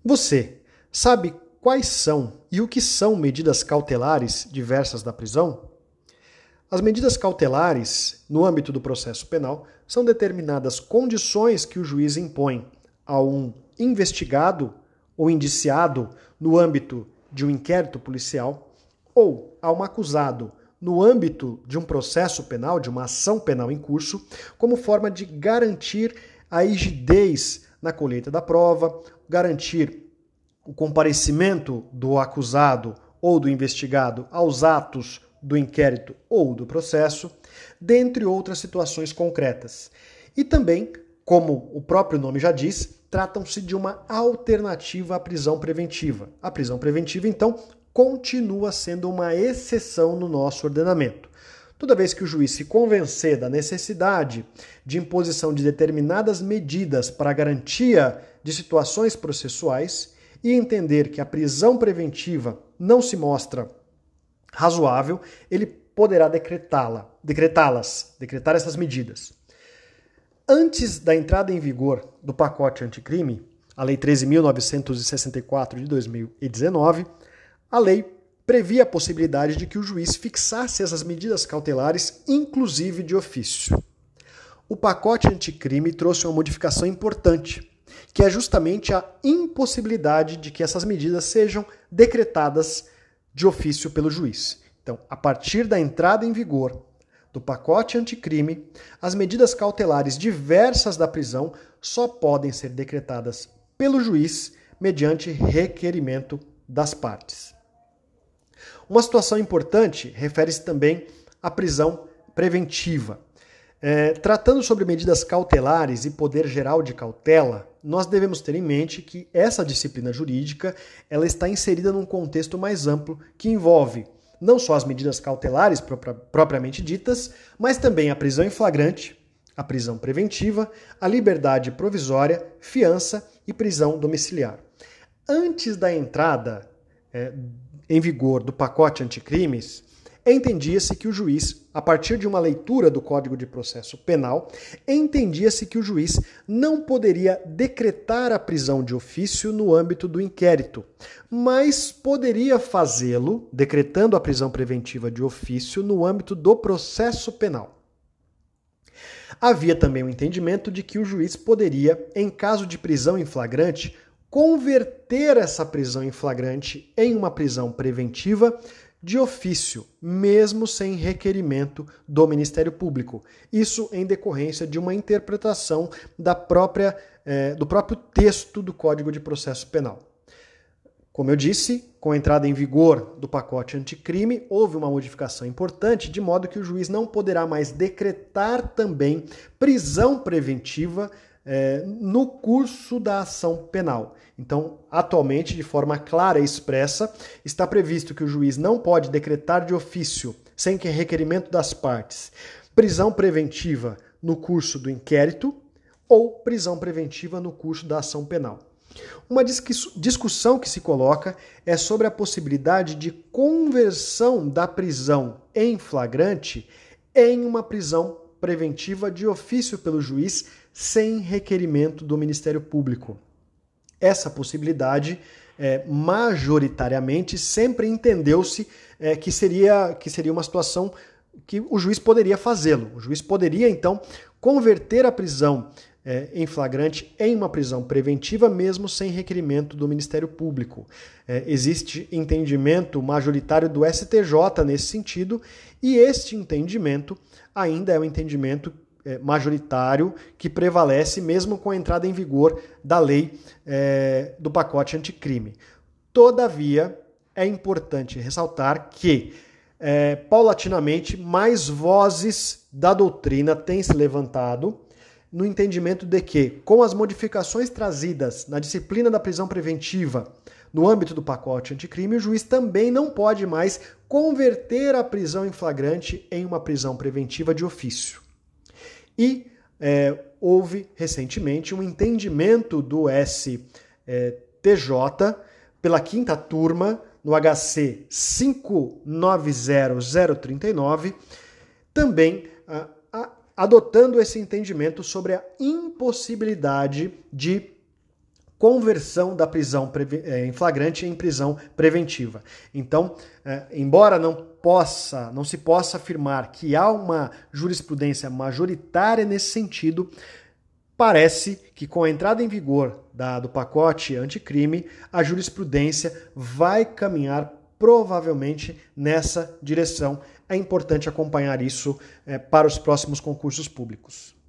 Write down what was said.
Você sabe quais são e o que são medidas cautelares diversas da prisão? As medidas cautelares, no âmbito do processo penal, são determinadas condições que o juiz impõe a um investigado ou indiciado no âmbito de um inquérito policial ou a um acusado no âmbito de um processo penal, de uma ação penal em curso, como forma de garantir a rigidez na colheita da prova, garantir o comparecimento do acusado ou do investigado aos atos do inquérito ou do processo, dentre outras situações concretas. E também, como o próprio nome já diz, tratam-se de uma alternativa à prisão preventiva. A prisão preventiva, então, continua sendo uma exceção no nosso ordenamento. Toda vez que o juiz se convencer da necessidade de imposição de determinadas medidas para a garantia de situações processuais e entender que a prisão preventiva não se mostra razoável, ele poderá decretar essas medidas. Antes da entrada em vigor do pacote anticrime, a Lei 13.964 de 2019, a lei previa a possibilidade de que o juiz fixasse essas medidas cautelares, inclusive de ofício. O pacote anticrime trouxe uma modificação importante, que é justamente a impossibilidade de que essas medidas sejam decretadas de ofício pelo juiz. Então, a partir da entrada em vigor do pacote anticrime, as medidas cautelares diversas da prisão só podem ser decretadas pelo juiz mediante requerimento das partes. Uma situação importante refere-se também à prisão preventiva. Tratando sobre medidas cautelares e poder geral de cautela, nós devemos ter em mente que essa disciplina jurídica ela está inserida num contexto mais amplo que envolve não só as medidas cautelares propriamente ditas, mas também a prisão em flagrante, a prisão preventiva, a liberdade provisória, fiança e prisão domiciliar. Antes da entrada em vigor do pacote anticrimes, entendia-se que o juiz, a partir de uma leitura do Código de Processo Penal, entendia-se que o juiz não poderia decretar a prisão de ofício no âmbito do inquérito, mas poderia fazê-lo, decretando a prisão preventiva de ofício, no âmbito do processo penal. Havia também o entendimento de que o juiz poderia, em caso de prisão em flagrante, converter essa prisão em flagrante em uma prisão preventiva de ofício, mesmo sem requerimento do Ministério Público. Isso em decorrência de uma interpretação do próprio texto do Código de Processo Penal. Como eu disse, com a entrada em vigor do pacote anticrime, houve uma modificação importante, de modo que o juiz não poderá mais decretar também prisão preventiva no curso da ação penal. Então, atualmente, de forma clara e expressa, está previsto que o juiz não pode decretar de ofício, sem que requerimento das partes, prisão preventiva no curso do inquérito ou prisão preventiva no curso da ação penal. Uma discussão que se coloca é sobre a possibilidade de conversão da prisão em flagrante em uma prisão preventiva de ofício pelo juiz sem requerimento do Ministério Público. Essa possibilidade, majoritariamente, sempre entendeu-se que seria uma situação que o juiz poderia fazê-lo. O juiz poderia, então, converter a prisão em flagrante em uma prisão preventiva, mesmo sem requerimento do Ministério Público. Existe entendimento majoritário do STJ nesse sentido, e este entendimento ainda é um entendimento majoritário que prevalece mesmo com a entrada em vigor da lei do pacote anticrime. Todavia, é importante ressaltar que, paulatinamente, mais vozes da doutrina têm se levantado no entendimento de que, com as modificações trazidas na disciplina da prisão preventiva no âmbito do pacote anticrime, o juiz também não pode mais converter a prisão em flagrante em uma prisão preventiva de ofício. E houve recentemente um entendimento do STJ pela quinta turma, no HC 590039, também adotando esse entendimento sobre a impossibilidade de conversão da prisão em flagrante em prisão preventiva. Então, embora não se possa afirmar que há uma jurisprudência majoritária nesse sentido, parece que com a entrada em vigor do pacote anticrime, a jurisprudência vai caminhar provavelmente nessa direção. É importante acompanhar isso para os próximos concursos públicos.